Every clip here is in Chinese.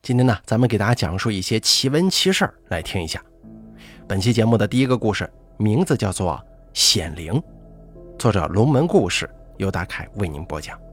今天呢，咱们给大家讲述一些奇闻奇事来听一下。本期节目的第一个故事名字叫做显灵，作者龙门故事，由大凯为您播讲。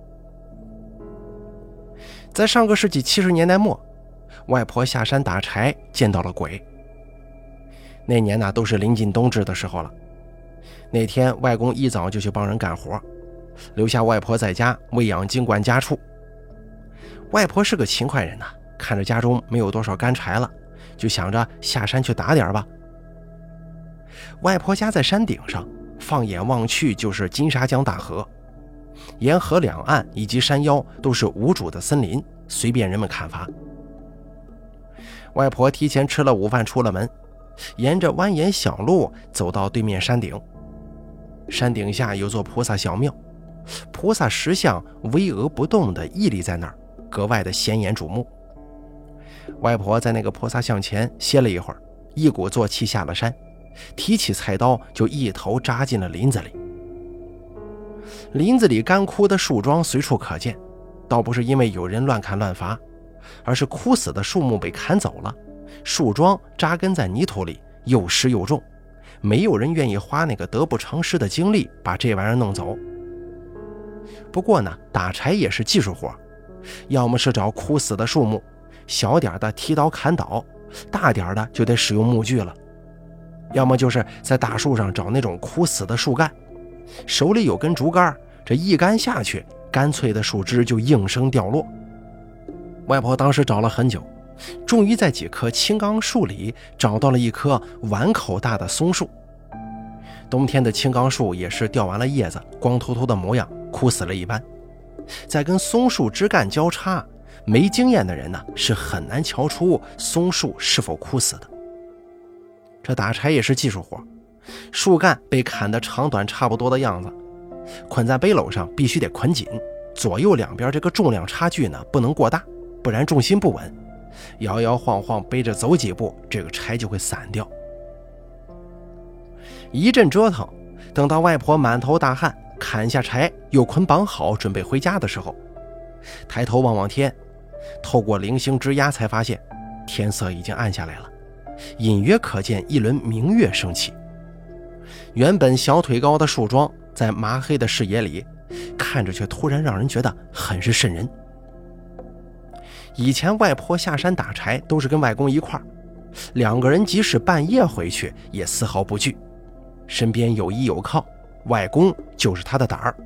在上个世纪70年代末，外婆下山打柴见到了鬼。那年呢，都是临近冬至的时候了。那天外公一早就去帮人干活，留下外婆在家喂养经管家畜。外婆是个勤快人呐，看着家中没有多少干柴了，就想着下山去打点吧。外婆家在山顶上，放眼望去就是金沙江大河，沿河两岸以及山腰都是无主的森林，随便人们砍伐。外婆提前吃了午饭出了门，沿着蜿蜒小路走到对面山顶。山顶下有座菩萨小庙，菩萨石像巍峨不动地屹立在那儿，格外的显眼瞩目。外婆在那个菩萨像前歇了一会儿，一鼓作气下了山，提起菜刀就一头扎进了林子里。林子里干枯的树桩随处可见，倒不是因为有人乱砍乱伐，而是枯死的树木被砍走了，树桩扎根在泥土里，又湿又重，没有人愿意花那个得不偿失的精力把这玩意儿弄走。不过呢，打柴也是技术活，要么是找枯死的树木，小点的提刀砍倒，大点的就得使用木锯了。要么就是在大树上找那种枯死的树干，手里有根竹竿，这一竿下去，干脆的树枝就应声掉落。外婆当时找了很久，终于在几棵青冈树里找到了一棵碗口大的松树。冬天的青冈树也是掉完了叶子，光秃秃的模样，枯死了一般。再跟松树枝干交叉，没经验的人呢，是很难瞧出松树是否枯死的。这打柴也是技术活，树干被砍得长短差不多的样子，捆在背篓上必须得捆紧，左右两边这个重量差距呢不能过大，不然重心不稳，摇摇晃晃背着走几步，这个柴就会散掉。一阵折腾，等到外婆满头大汗，砍下柴又捆绑好准备回家的时候，抬头望望天，透过零星之压才发现天色已经暗下来了，隐约可见一轮明月升起。原本小腿高的树桩在麻黑的视野里看着，却突然让人觉得很是瘆人。以前外婆下山打柴都是跟外公一块儿，两个人即使半夜回去也丝毫不惧，身边有依有靠，外公就是他的胆儿。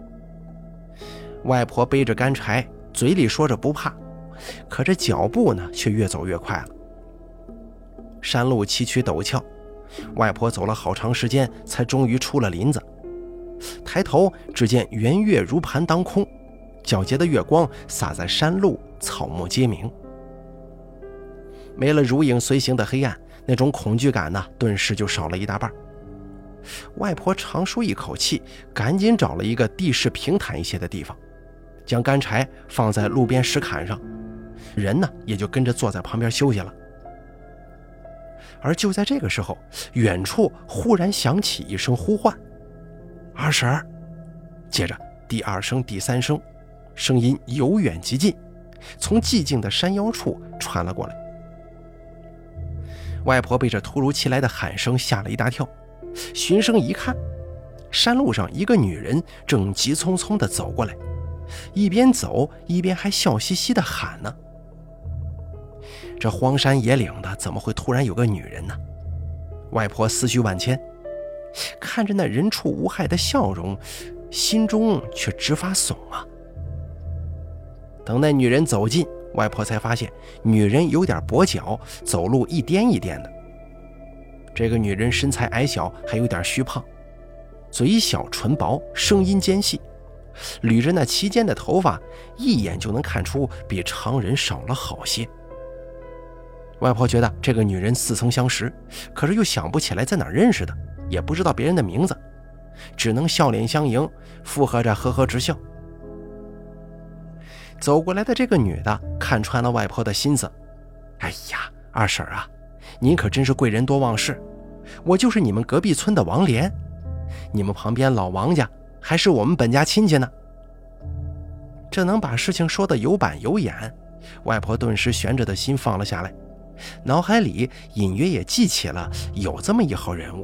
外婆背着干柴，嘴里说着不怕，可这脚步呢却越走越快了。山路崎岖陡峭，外婆走了好长时间才终于出了林子。抬头只见圆月如盘当空，皎洁的月光洒在山路，草木皆明。没了如影随形的黑暗，那种恐惧感呢顿时就少了一大半。外婆长舒一口气，赶紧找了一个地势平坦一些的地方，将干柴放在路边石坎上，人呢也就跟着坐在旁边休息了。而就在这个时候，远处忽然响起一声呼唤：“二婶儿！”接着第二声、第三声，声音由远及近，从寂静的山腰处传了过来。外婆被这突如其来的喊声吓了一大跳，循声一看，山路上一个女人正急匆匆地走过来，一边走一边还笑嘻嘻地喊呢。这荒山野岭的，怎么会突然有个女人呢？外婆思绪万千，看着那人畜无害的笑容，心中却直发悚啊。等那女人走近，外婆才发现女人有点跛脚，走路一颠一颠的。这个女人身材矮小，还有点虚胖，嘴小唇薄，声音尖细，捋着那齐肩的头发，一眼就能看出比常人少了好些。外婆觉得这个女人似曾相识，可是又想不起来在哪儿认识的，也不知道别人的名字，只能笑脸相迎，附和着呵呵直笑。走过来的这个女的看穿了外婆的心思：“哎呀，二婶啊，您可真是贵人多忘事，我就是你们隔壁村的王莲，你们旁边老王家还是我们本家亲戚呢。”这能把事情说得有板有眼， 外婆顿时悬着的心放了下来，脑海里隐约也记起了有这么一号人物。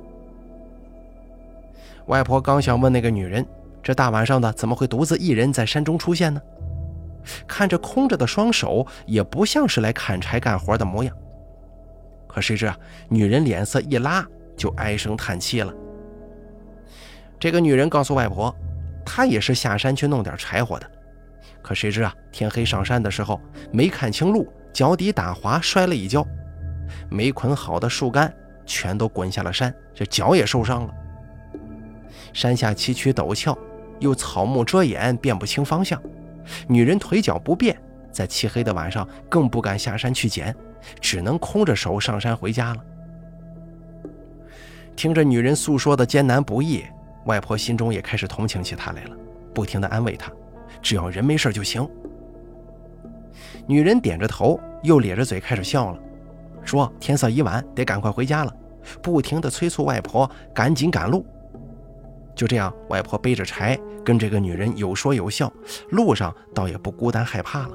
外婆刚想问那个女人，这大晚上的怎么会独自一人在山中出现呢？看着空着的双手，也不像是来砍柴干活的模样。可谁知女人脸色一拉，就唉声叹气了。这个女人告诉外婆，她也是下山去弄点柴火的，可谁知天黑上山的时候没看清路，脚底打滑摔了一跤，没捆好的树干全都滚下了山，这脚也受伤了。山下崎岖陡峭，又草木遮掩，辨不清方向，女人腿脚不便，在漆黑的晚上更不敢下山去捡，只能空着手上山回家了。听着女人诉说的艰难不易，外婆心中也开始同情起她来了，不停地安慰她，只要人没事就行。女人点着头，又咧着嘴开始笑了，说天色已晚，得赶快回家了，不停地催促外婆赶紧赶路。就这样，外婆背着柴跟这个女人有说有笑，路上倒也不孤单害怕了。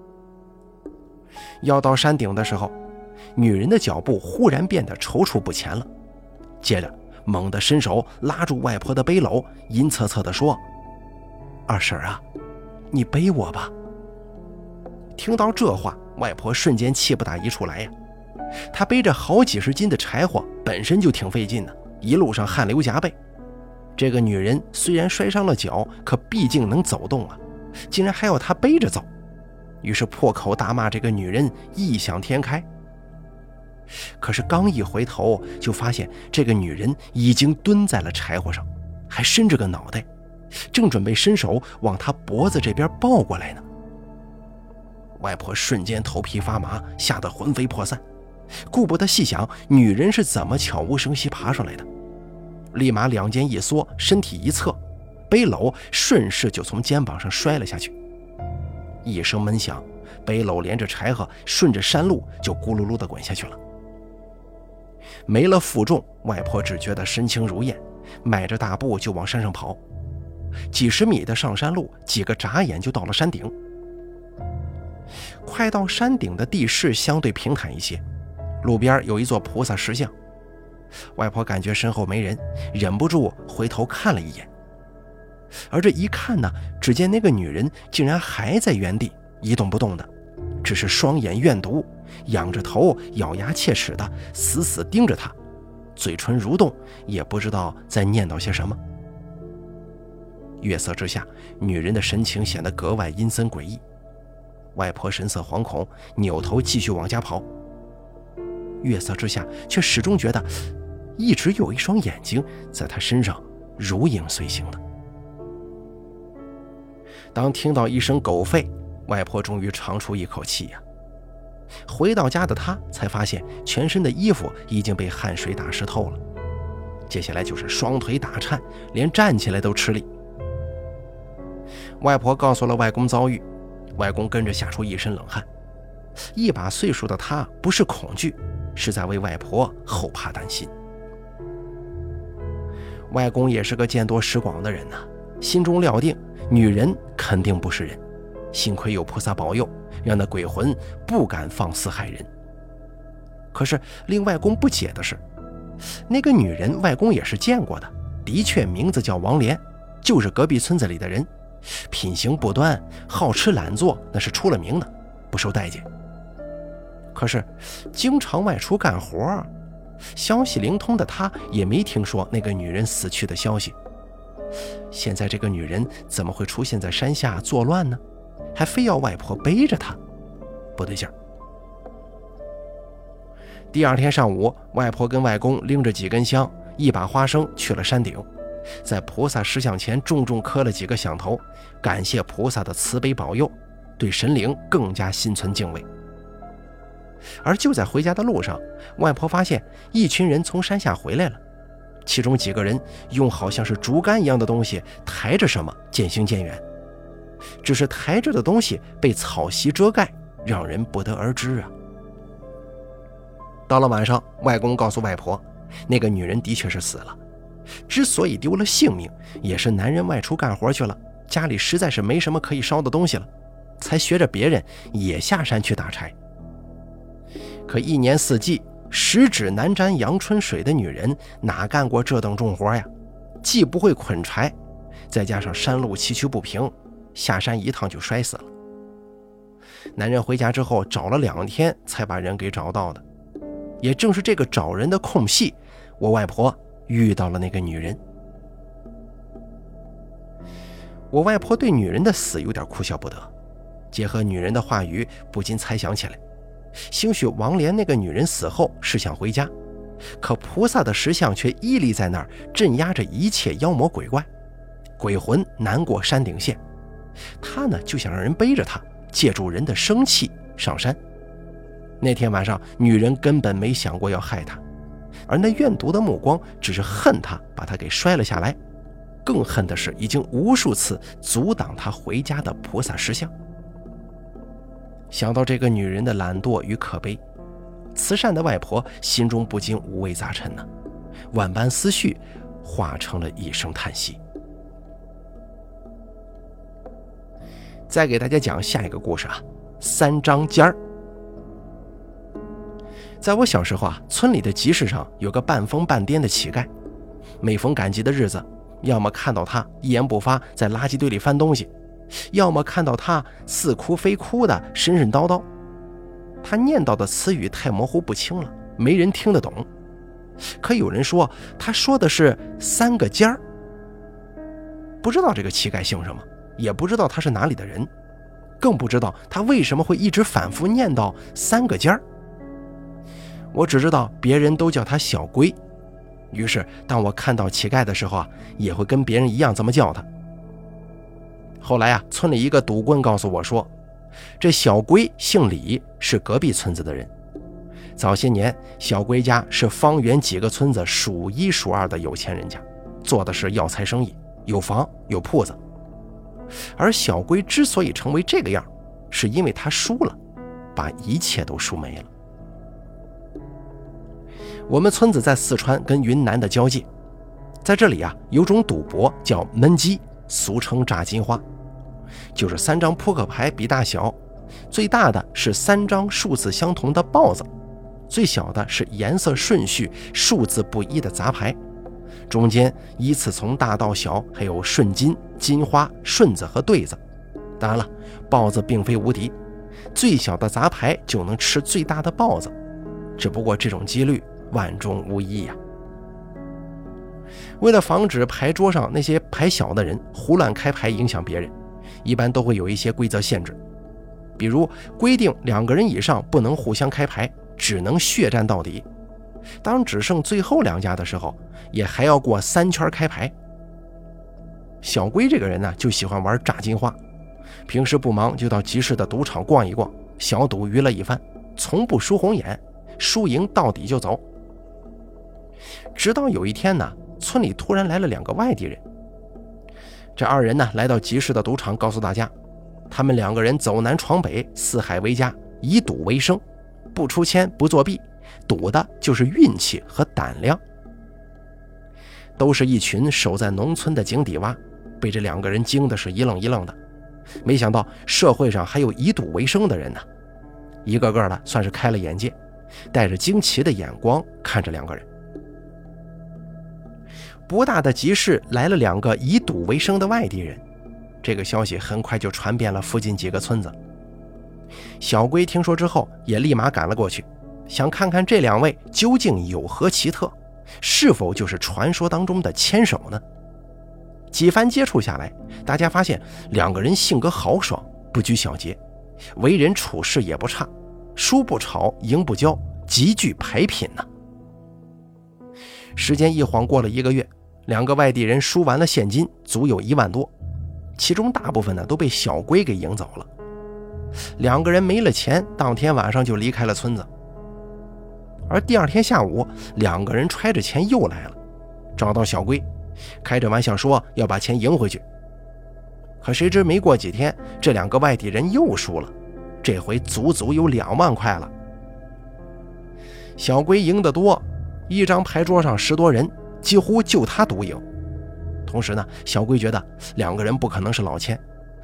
要到山顶的时候，女人的脚步忽然变得踌躇不前了，接着猛地伸手拉住外婆的背篓，阴恻恻地说：“二婶啊，你背我吧。”听到这话，外婆瞬间气不打一处来呀。她背着好几十斤的柴火，本身就挺费劲的，一路上汗流浃背。这个女人虽然摔伤了脚，可毕竟能走动啊，竟然还要她背着走，于是破口大骂这个女人异想天开。可是刚一回头，就发现这个女人已经蹲在了柴火上，还伸着个脑袋，正准备伸手往她脖子这边抱过来呢。外婆瞬间头皮发麻，吓得魂飞魄散，顾不得细想女人是怎么悄无声息爬上来的，立马两肩一缩，身体一侧，背篓顺势就从肩膀上摔了下去。一声闷响，背篓连着柴禾顺着山路就咕噜噜地滚下去了。没了负重，外婆只觉得身轻如燕，迈着大步就往山上跑。几十米的上山路，几个眨眼就到了山顶。快到山顶的地势相对平坦一些，路边有一座菩萨石像。外婆感觉身后没人，忍不住回头看了一眼。而这一看呢，只见那个女人竟然还在原地一动不动的，只是双眼怨毒，仰着头，咬牙切齿的死死盯着她，嘴唇蠕动，也不知道在念叨些什么。月色之下，女人的神情显得格外阴森诡异。外婆神色惶恐，扭头继续往家跑。月色之下，却始终觉得一直有一双眼睛在她身上如影随形的。当听到一声狗吠，外婆终于长出一口气呀。回到家的她才发现全身的衣服已经被汗水打湿透了，接下来就是双腿打颤，连站起来都吃力。外婆告诉了外公遭遇，外公跟着吓出一身冷汗。一把岁数的他不是恐惧，是在为外婆后怕担心。外公也是个见多识广的人呐，心中料定女人肯定不是人，幸亏有菩萨保佑，让那鬼魂不敢放肆害人。可是令外公不解的是，那个女人外公也是见过的，的确名字叫王莲，就是隔壁村子里的人，品行不端，好吃懒做，那是出了名的，不受待见。可是经常外出干活，消息灵通的他也没听说那个女人死去的消息。现在这个女人怎么会出现在山下作乱呢？还非要外婆背着她，不对劲儿。第二天上午，外婆跟外公拎着几根香，一把花生去了山顶，在菩萨石像前重重磕了几个响头，感谢菩萨的慈悲保佑，对神灵更加心存敬畏。而就在回家的路上，外婆发现一群人从山下回来了，其中几个人用好像是竹竿一样的东西抬着什么渐行渐远，只是抬着的东西被草席遮盖，让人不得而知啊。到了晚上，外公告诉外婆，那个女人的确是死了，之所以丢了性命，也是男人外出干活去了，家里实在是没什么可以烧的东西了， 才学着别人也下山去打柴。可一年四季十指难沾阳春水的女人哪干过这等重活呀？既不会捆柴，再加上山路崎岖不平，下山一趟就摔死了。男人回家之后找了2天才把人给找到的。也正是这个找人的空隙，我外婆遇到了那个女人。我外婆对女人的死有点哭笑不得，结合女人的话语，不禁猜想起来，兴许王莲那个女人死后是想回家，可菩萨的石像却屹立在那儿，镇压着一切妖魔鬼怪，鬼魂难过山顶线。她呢，就想让人背着她，借助人的生气上山。那天晚上，女人根本没想过要害她，而那怨毒的目光只是恨她把她给摔了下来，更恨的是已经无数次阻挡她回家的菩萨石像。想到这个女人的懒惰与可悲，慈善的外婆心中不禁五味杂陈呢，万般思绪化成了一声叹息。再给大家讲下一个故事啊，3张尖儿。在我小时候啊，村里的集市上有个半疯半癫的乞丐，每逢赶集的日子，要么看到他一言不发在垃圾堆里翻东西，要么看到他似哭非哭的神神叨叨。他念叨的词语太模糊不清了，没人听得懂。可有人说他说的是3个尖儿。不知道这个乞丐姓什么，也不知道他是哪里的人，更不知道他为什么会一直反复念叨3个尖儿。我只知道别人都叫他小龟，于是当我看到乞丐的时候啊，也会跟别人一样这么叫他。后来啊，村里一个赌棍告诉我说，这小龟姓李，是隔壁村子的人。早些年，小龟家是方圆几个村子数1数2的有钱人家，做的是药材生意，有房有铺子。而小龟之所以成为这个样，是因为他输了，把一切都输没了。我们村子在四川跟云南的交界，在这里啊，有种赌博叫焖鸡，俗称炸金花，就是3张扑克牌比大小，最大的是3张数字相同的豹子，最小的是颜色顺序数字不一的杂牌，中间依次从大到小还有顺金、金花、顺子和对子。当然了，豹子并非无敌，最小的杂牌就能吃最大的豹子，只不过这种几率万中无一呀。为了防止牌桌上那些牌小的人胡乱开牌影响别人，一般都会有一些规则限制，比如规定2个人以上不能互相开牌，只能血战到底。当只剩最后2家的时候，也还要过3圈开牌。小龟这个人呢，就喜欢玩炸金花，平时不忙就到集市的赌场逛一逛，小赌娱乐一番，从不输红眼，输赢到底就走。直到有一天呢，村里突然来了2个外地人。这2人呢，来到集市的赌场，告诉大家，他们2个人走南闯北，四海为家，以赌为生，不出千不作弊，赌的就是运气和胆量。都是一群守在农村的井底蛙，被这2个人惊的是一愣一愣的。没想到社会上还有以赌为生的人呢，一个个的算是开了眼界，带着惊奇的眼光看着2个人。不大的集市来了2个以赌为生的外地人，这个消息很快就传遍了附近几个村子。小龟听说之后也立马赶了过去，想看看这2位究竟有何奇特，是否就是传说当中的牵手呢？几番接触下来，大家发现2个人性格豪爽，不拘小节，为人处事也不差，输不吵，赢不骄，极具牌品呢。时间一晃过了1个月，2个外地人输完了现金，足有1万多，其中大部分呢都被小龟给赢走了。2个人没了钱，当天晚上就离开了村子。而第2天下午，2个人揣着钱又来了，找到小龟，开着玩笑说要把钱赢回去。可谁知没过几天，这2个外地人又输了，这回足足有2万块了。小龟赢得多，一张牌桌上10多人，几乎就他独赢。同时呢，小龟觉得2个人不可能是老千，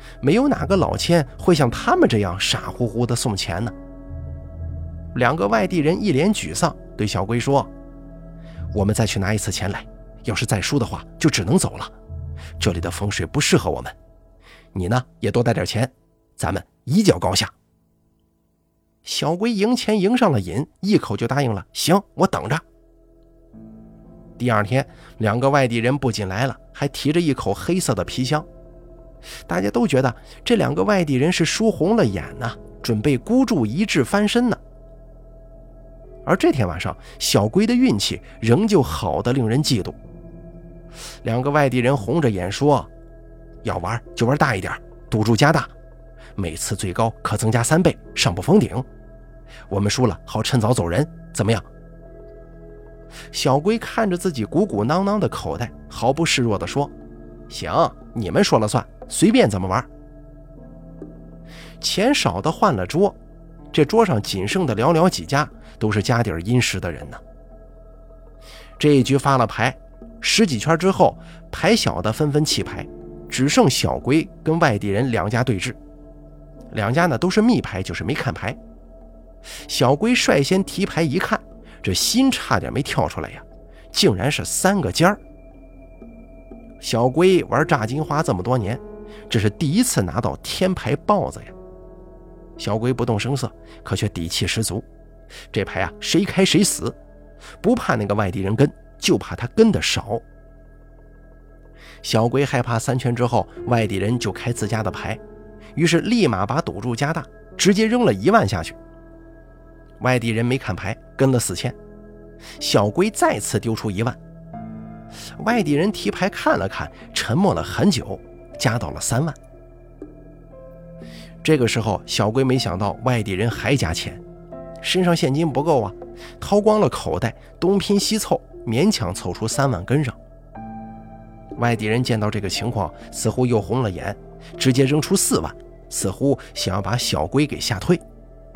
没有哪个老千会像他们这样傻乎乎的送钱呢。两个外地人一脸沮丧，对小龟说：我们再去拿一次钱来，要是再输的话就只能走了，这里的风水不适合我们，你呢也多带点钱，咱们一较高下。小龟赢钱赢上了瘾，一口就答应了，行，我等着。第二天，两个外地人不仅来了，还提着一口黑色的皮箱。大家都觉得这两个外地人是输红了眼呢，准备孤注一掷翻身呢。而这天晚上，小龟的运气仍旧好得令人嫉妒。两个外地人红着眼说：要玩就玩大一点，赌注加大，每次最高可增加3倍，上不封顶。我们输了好趁早走人，怎么样？小龟看着自己鼓鼓囊囊的口袋，毫不示弱地说：行，你们说了算，随便怎么玩。钱少的换了桌，这桌上仅剩的寥寥几家都是家底殷实的人呢。这一局发了牌，10几圈之后，牌小的纷纷弃牌，只剩小龟跟外地人两家对峙。两家呢都是密牌，就是没看牌。小龟率先提牌一看，这心差点没跳出来呀，竟然是3个尖儿。小龟玩炸金花这么多年，这是第一次拿到天牌豹子呀。小龟不动声色，可却底气十足。这牌啊，谁开谁死，不怕那个外地人跟，就怕他跟的少。小龟害怕3圈之后外地人就开自家的牌，于是立马把赌注加大，直接扔了1万下去。外地人没看牌，跟了4000。小龟再次丢出1万。外地人提牌看了看，沉默了很久，加到了3万。这个时候，小龟没想到外地人还加钱，身上现金不够啊，掏光了口袋，东拼西凑，勉强凑出3万跟上。外地人见到这个情况，似乎又红了眼，直接扔出4万，似乎想要把小龟给吓退。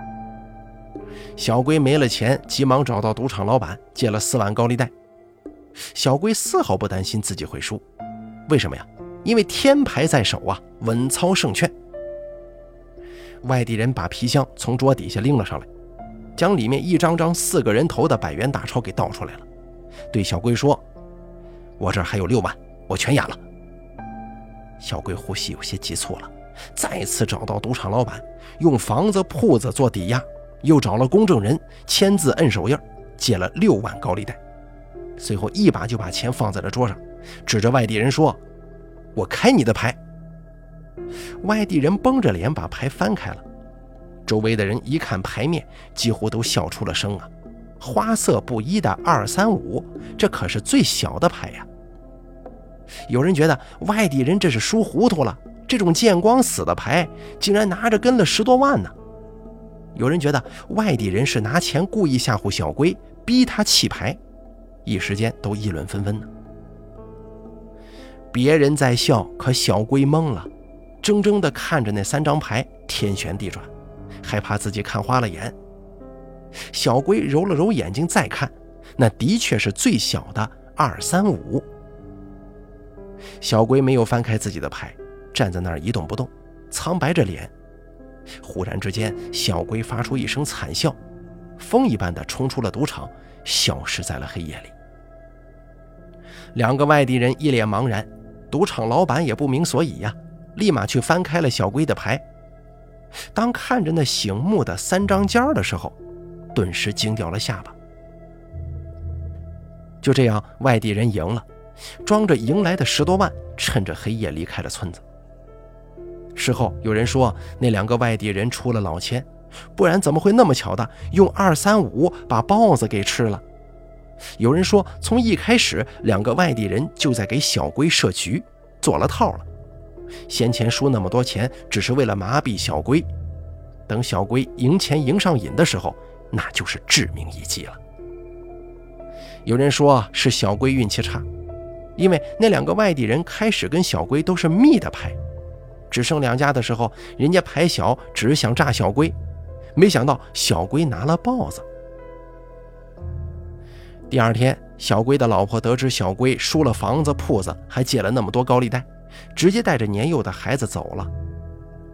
小龟没了钱，急忙找到赌场老板借了4万高利贷。小龟丝毫不担心自己会输，为什么呀？因为天牌在手啊，稳操胜券。外地人把皮箱从桌底下拎了上来，将里面一张张4个人头的100元大钞给倒出来了，对小龟说：我这儿还有6万，我全押了。小龟呼吸有些急促了，再次找到赌场老板，用房子铺子做抵押，又找了公证人签字摁手印，借了6万高利贷。随后一把就把钱放在了桌上，指着外地人说：我开你的牌。外地人绷着脸把牌翻开了，周围的人一看牌面，几乎都笑出了声啊！花色不一的235，这可是最小的牌呀。有人觉得外地人这是输糊涂了，这种见光死的牌竟然拿着跟了10多万呢。有人觉得外地人是拿钱故意吓唬小龟，逼他弃牌，一时间都议论纷纷呢。别人在笑，可小龟懵了，怔怔地看着那3张牌，天旋地转，害怕自己看花了眼。小龟揉了揉眼睛再看，那的确是最小的235。小龟没有翻开自己的牌，站在那儿一动不动，苍白着脸。忽然之间，小龟发出一声惨笑，风一般的冲出了赌场，消失在了黑夜里。两个外地人一脸茫然，赌场老板也不明所以呀，立马去翻开了小龟的牌。当看着那醒目的3张尖的时候，顿时惊掉了下巴。就这样，外地人赢了，装着赢来的10多万，趁着黑夜离开了村子。事后有人说，那2个外地人出了老千，不然怎么会那么巧的用235把豹子给吃了？有人说，从一开始2个外地人就在给小龟设局，做了套了。先前输那么多钱，只是为了麻痹小龟，等小龟赢钱赢上瘾的时候，那就是致命一击了。有人说是小龟运气差，因为那2个外地人开始跟小龟都是密的牌，只剩2家的时候，人家牌小，只想炸小龟，没想到小龟拿了豹子。第二天，小龟的老婆得知小龟输了房子铺子，还借了那么多高利贷，直接带着年幼的孩子走了，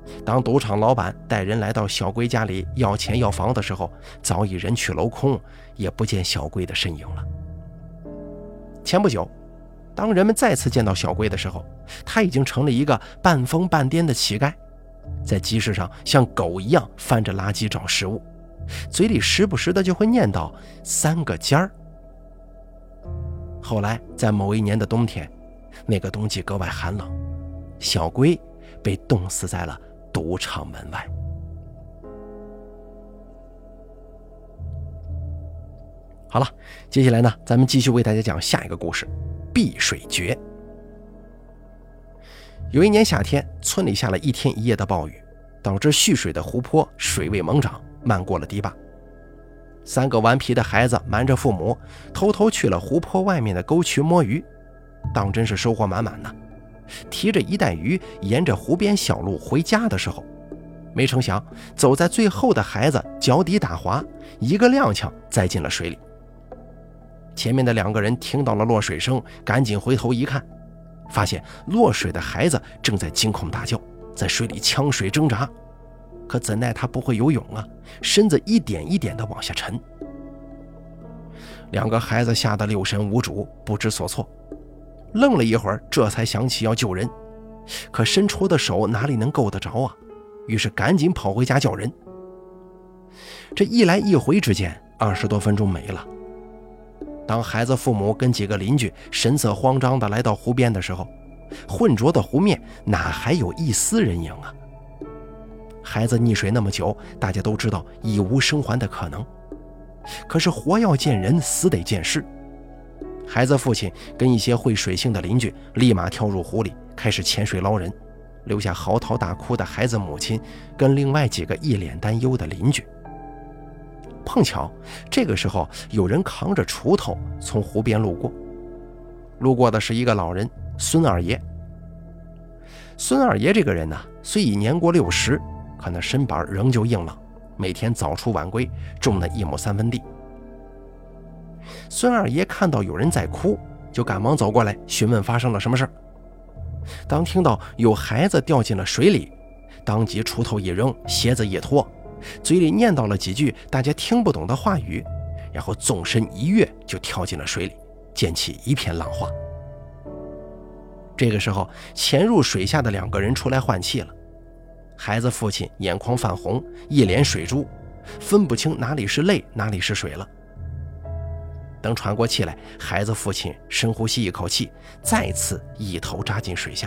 当赌场老板带人来到小龟家里要钱要房的时候，早已人去楼空，也不见小龟的身影了。前不久，当人们再次见到小龟的时候，他已经成了一个半疯半癫的乞丐，在集市上像狗一样翻着垃圾找食物，嘴里时不时的就会念叨3个尖儿。后来在某一年的冬天，那个冬季格外寒冷，小龟被冻死在了赌场门外。好了，接下来呢，咱们继续为大家讲下一个故事，碧水诀。有一年夏天，村里下了1天1夜的暴雨，导致蓄水的湖泊水位猛涨，漫过了堤坝。3个顽皮的孩子瞒着父母，偷偷去了湖泊外面的沟渠摸鱼，当真是收获满满呢。提着一袋鱼沿着湖边小路回家的时候，没成想走在最后的孩子脚底打滑，一个踉跄栽进了水里。前面的2个人听到了落水声，赶紧回头一看，发现落水的孩子正在惊恐大叫，在水里呛水挣扎，可怎奈他不会游泳啊，身子一点一点地往下沉。2个孩子吓得六神无主，不知所措，愣了一会儿，这才想起要救人，可伸出的手哪里能够得着啊，于是赶紧跑回家叫人。这一来一回之间，20多分钟没了。当孩子父母跟几个邻居神色慌张地来到湖边的时候，浑浊的湖面哪还有一丝人影啊？孩子溺水那么久，大家都知道已无生还的可能，可是活要见人，死得见尸。孩子父亲跟一些会水性的邻居立马跳入湖里，开始潜水捞人，留下嚎啕大哭的孩子母亲跟另外几个一脸担忧的邻居。碰巧这个时候有人扛着锄头从湖边路过，路过的是一个老人孙二爷。孙二爷这个人呢，虽已年过60，可那身板仍旧硬朗，每天早出晚归，种了1亩3分地。孙二爷看到有人在哭，就赶忙走过来询问发生了什么事。当听到有孩子掉进了水里，当即锄头一扔，鞋子一脱，嘴里念叨了几句大家听不懂的话语，然后纵身一跃就跳进了水里，溅起一片浪花。这个时候潜入水下的2个人出来换气了，孩子父亲眼眶泛红，一脸水珠，分不清哪里是泪哪里是水了。等喘过气来，孩子父亲深呼吸一口气，再次一头扎进水下。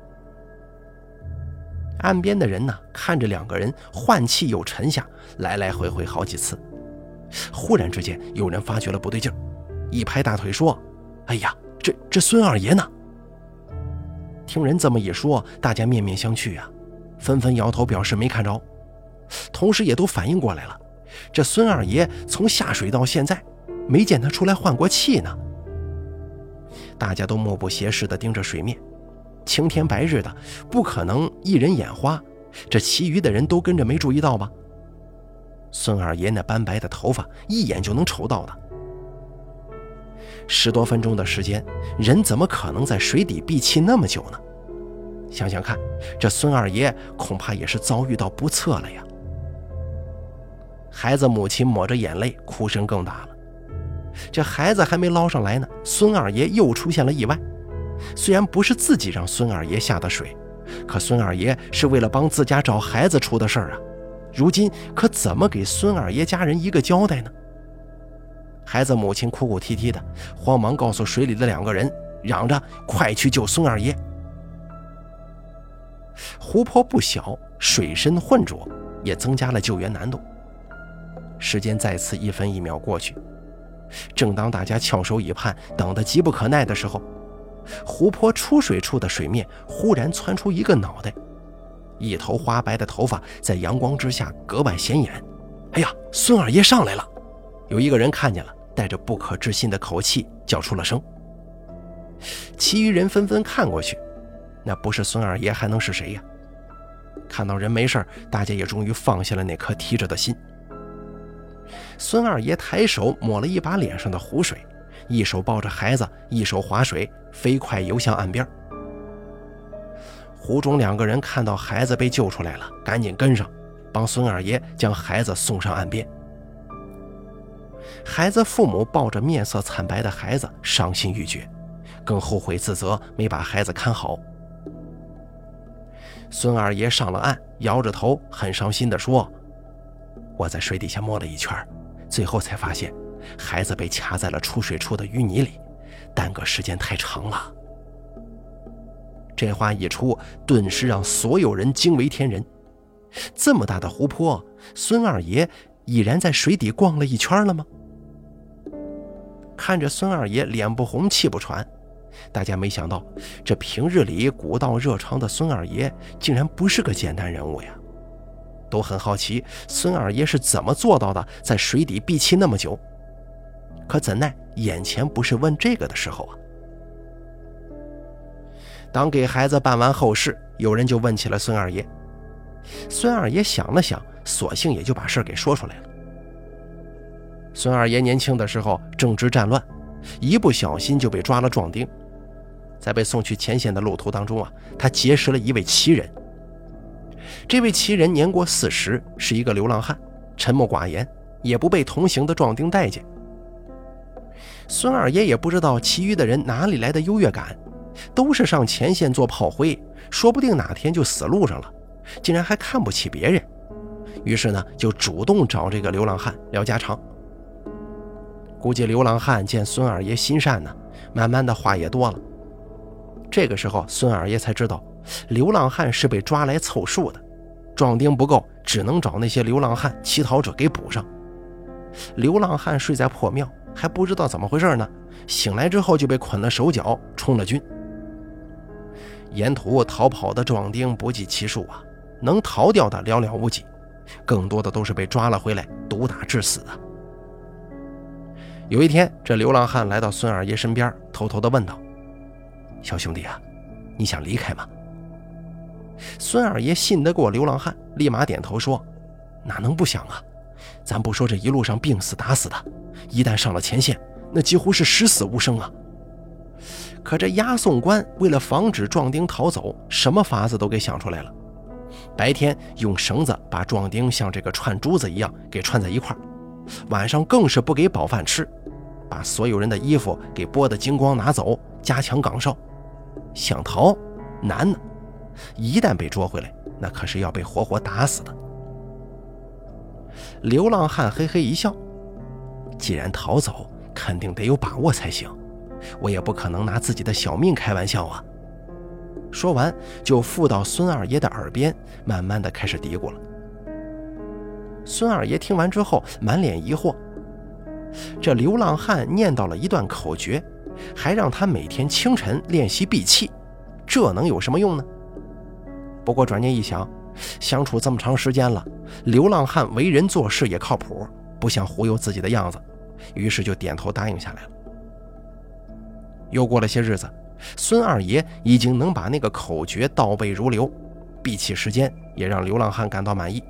岸边的人呢，看着2个人换气又沉下，来来回回好几次。忽然之间有人发觉了不对劲儿，一拍大腿说：哎呀，这孙二爷呢？听人这么一说，大家面面相觑啊，纷纷摇头表示没看着，同时也都反应过来了，这孙二爷从下水到现在没见他出来换过气呢。大家都目不斜视地盯着水面，晴天白日的，不可能一人眼花，这其余的人都跟着没注意到吧？孙二爷那斑白的头发一眼就能瞅到的。10多分钟的时间，人怎么可能在水底闭气那么久呢？想想看，这孙二爷恐怕也是遭遇到不测了呀。孩子母亲抹着眼泪，哭声更大了。这孩子还没捞上来呢，孙二爷又出现了意外。虽然不是自己让孙二爷下的水，可孙二爷是为了帮自家找孩子出的事儿啊，如今可怎么给孙二爷家人一个交代呢？孩子母亲哭哭啼啼的，慌忙告诉水里的2个人，嚷着快去救孙二爷。湖泊不小，水深浑浊，也增加了救援难度。时间再次1分1秒过去，正当大家翘首以盼，等得急不可耐的时候，湖泊出水处的水面忽然窜出一个脑袋，一头花白的头发在阳光之下格外显眼。哎呀，孙二爷上来了！有一个人看见了，带着不可置信的口气叫出了声。其余人纷纷看过去，那不是孙二爷还能是谁呀？看到人没事，大家也终于放下了那颗提着的心。孙二爷抬手抹了一把脸上的湖水，一手抱着孩子，一手划水，飞快游向岸边。 湖中2个人看到孩子被救出来了，赶紧跟上，帮孙二爷将孩子送上岸边。孩子父母抱着面色惨白的孩子，伤心欲绝，更后悔自责没把孩子看好。孙二爷上了岸，摇着头很伤心地说：我在水底下摸了一圈，最后才发现孩子被卡在了出水处的淤泥里，耽搁时间太长了。这话一出，顿时让所有人惊为天人。这么大的湖泊，孙二爷已然在水底逛了一圈了吗？看着孙二爷脸不红气不喘，大家没想到这平日里古道热肠的孙二爷竟然不是个简单人物呀，都很好奇孙二爷是怎么做到的在水底闭气那么久。可怎奈眼前不是问这个的时候啊。当给孩子办完后事，有人就问起了孙二爷。孙二爷想了想，索性也就把事给说出来了。孙二爷年轻的时候正值战乱，一不小心就被抓了壮丁。在被送去前线的路途当中啊，他结识了一位奇人。这位奇人年过40，是一个流浪汉，沉默寡言，也不被同行的壮丁待见。孙二爷也不知道其余的人哪里来的优越感，都是上前线做炮灰，说不定哪天就死路上了，竟然还看不起别人。于是呢，就主动找这个流浪汉聊家常。估计流浪汉见孙二爷心善呢，慢慢的话也多了。这个时候孙二爷才知道，流浪汉是被抓来凑数的，壮丁不够，只能找那些流浪汉乞讨者给补上。流浪汉睡在破庙，还不知道怎么回事呢，醒来之后就被捆了手脚，充了军。沿途逃跑的壮丁不计其数啊，能逃掉的寥寥无几，更多的都是被抓了回来毒打致死啊。有一天，这流浪汉来到孙二爷身边，偷偷地问道：小兄弟啊，你想离开吗？孙二爷信得过流浪汉，立马点头说：哪能不想啊，咱不说这一路上病死打死的，一旦上了前线，那几乎是十死无生啊。可这押送官为了防止壮丁逃走，什么法子都给想出来了。白天用绳子把壮丁像这个串珠子一样给串在一块，晚上更是不给饱饭吃，把所有人的衣服给剥得精光拿走，加强岗哨。想逃难呢，一旦被捉回来，那可是要被活活打死的。流浪汉嘿嘿一笑，既然逃走，肯定得有把握才行，我也不可能拿自己的小命开玩笑啊。说完就附到孙二爷的耳边，慢慢的开始嘀咕了。孙二爷听完之后满脸疑惑，这流浪汉念叨了一段口诀，还让他每天清晨练习闭气，这能有什么用呢？不过转念一想，相处这么长时间了，流浪汉为人做事也靠谱，不像忽悠自己的样子，于是就点头答应下来了。又过了些日子，孙二爷已经能把那个口诀倒背如流，闭气时间也让流浪汉感到满意。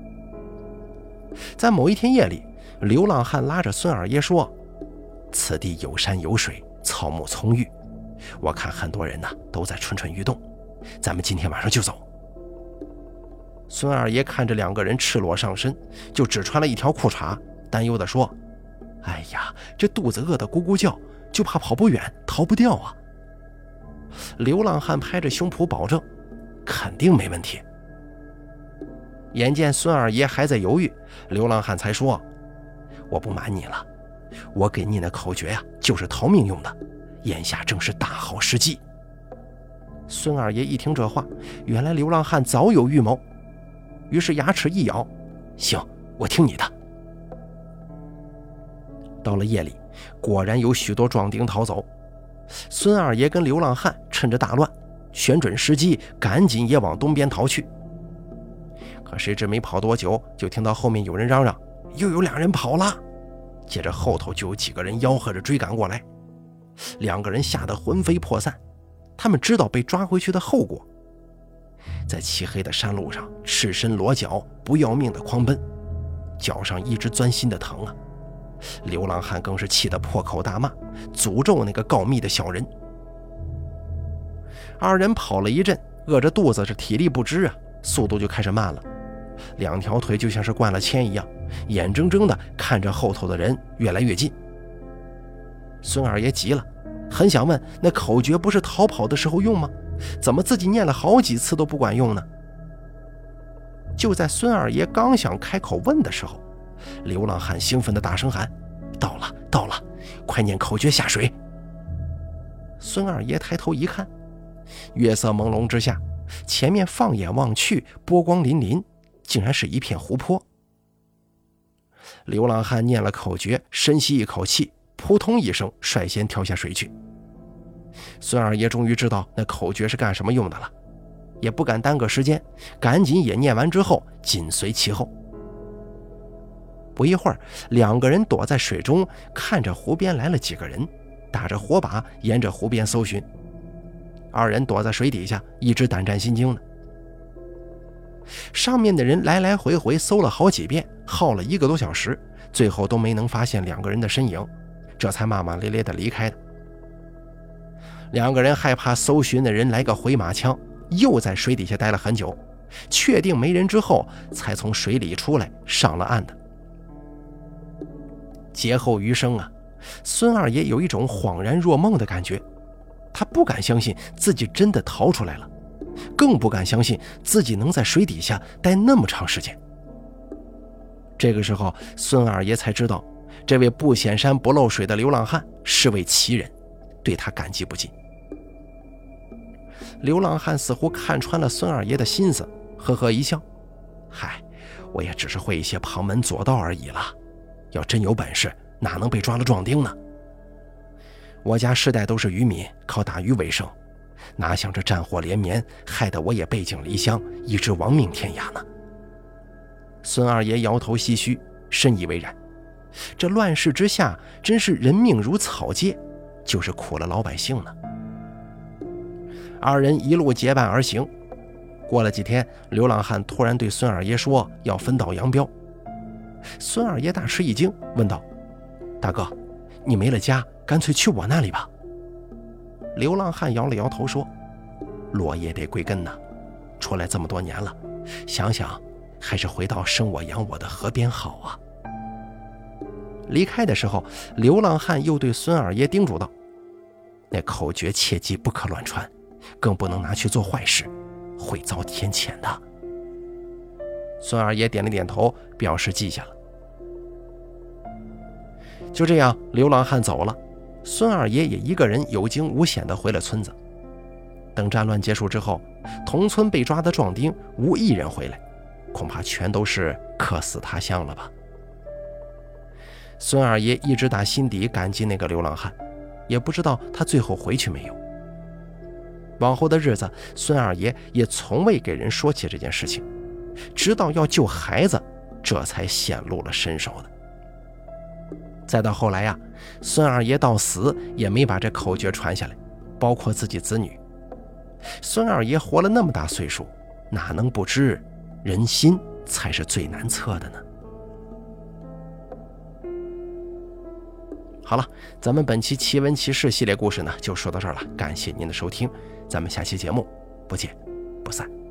在某一天夜里，流浪汉拉着孙二爷说：此地有山有水，草木葱郁，我看很多人都在蠢蠢欲动，咱们今天晚上就走。孙二爷看着2个人赤裸上身，就只穿了一条裤衩，担忧地说：哎呀，这肚子饿得咕咕叫，就怕跑不远，逃不掉啊。流浪汉拍着胸脯保证，肯定没问题。眼见孙二爷还在犹豫，流浪汉才说：我不瞒你了，我给你的口诀呀，就是逃命用的，眼下正是大好时机。孙二爷一听这话，原来流浪汉早有预谋，于是牙齿一咬，行，我听你的。到了夜里，果然有许多壮丁逃走。孙二爷跟流浪汉趁着大乱，选准时机，赶紧也往东边逃去。可谁知没跑多久，就听到后面有人嚷嚷：又有2人跑了！接着后头就有几个人吆喝着追赶过来。2个人吓得魂飞魄散，他们知道被抓回去的后果，在漆黑的山路上赤身裸脚不要命的狂奔，脚上一直钻心的疼啊。流浪汉更是气得破口大骂，诅咒那个告密的小人。2人跑了一阵， 饿着肚子是体力不支啊，速度就开始慢了，两条腿就像是灌了铅一样，眼睁睁地看着后头的人越来越近。孙二爷急了，很想问，那口诀不是逃跑的时候用吗？怎么自己念了好几次都不管用呢？就在孙二爷刚想开口问的时候，流浪汉兴奋地大声喊：到了到了，快念口诀下水。孙二爷抬头一看，月色朦胧之下，前面放眼望去，波光粼粼，竟然是一片湖泊。流浪汉念了口诀，深吸一口气，扑通一声率先跳下水去。孙二爷终于知道那口诀是干什么用的了，也不敢耽搁时间，赶紧也念完之后紧随其后。不一会儿，两个人躲在水中，看着湖边来了几个人，打着火把沿着湖边搜寻。二人躲在水底下，一直胆战心惊的。上面的人来来回回搜了好几遍，耗了1个多小时，最后都没能发现两个人的身影，这才骂骂咧咧地离开的。两个人害怕搜寻的人来个回马枪，又在水底下待了很久，确定没人之后，才从水里出来上了岸的。劫后余生啊，孙二爷有一种恍然若梦的感觉，他不敢相信自己真的逃出来了，更不敢相信自己能在水底下待那么长时间。这个时候，孙二爷才知道，这位不显山不漏水的流浪汉是位奇人，对他感激不尽。流浪汉似乎看穿了孙二爷的心思，呵呵一笑：嗨，我也只是会一些旁门左道而已了，要真有本事，哪能被抓了壮丁呢？我家世代都是渔民，靠打鱼为生，哪想这战火连绵，害得我也背井离乡，一直亡命天涯呢？孙二爷摇头唏嘘，深以为然。这乱世之下，真是人命如草芥，就是苦了老百姓呢。二人一路结伴而行，过了几天，流浪汉突然对孙二爷说要分道扬镳。孙二爷大吃一惊，问道：大哥，你没了家，干脆去我那里吧。流浪汉摇了摇头说：落叶得归根呐，出来这么多年了，想想还是回到生我养我的河边好啊。离开的时候，流浪汉又对孙二爷叮嘱道：那口诀切记不可乱传，更不能拿去做坏事，会遭天谴的。孙二爷点了点头，表示记下了。就这样，流浪汉走了，孙二爷也一个人有惊无险地回了村子。等战乱结束之后，同村被抓的壮丁无一人回来，恐怕全都是客死他乡了吧。孙二爷一直打心底感激那个流浪汉，也不知道他最后回去没有。往后的日子，孙二爷也从未给人说起这件事情，直到要救孩子，这才显露了身手的。再到后来呀，孙二爷到死也没把这口诀传下来，包括自己子女。孙二爷活了那么大岁数，哪能不知人心才是最难测的呢？好了，咱们本期奇闻奇事系列故事呢就说到这儿了，感谢您的收听，咱们下期节目不见不散。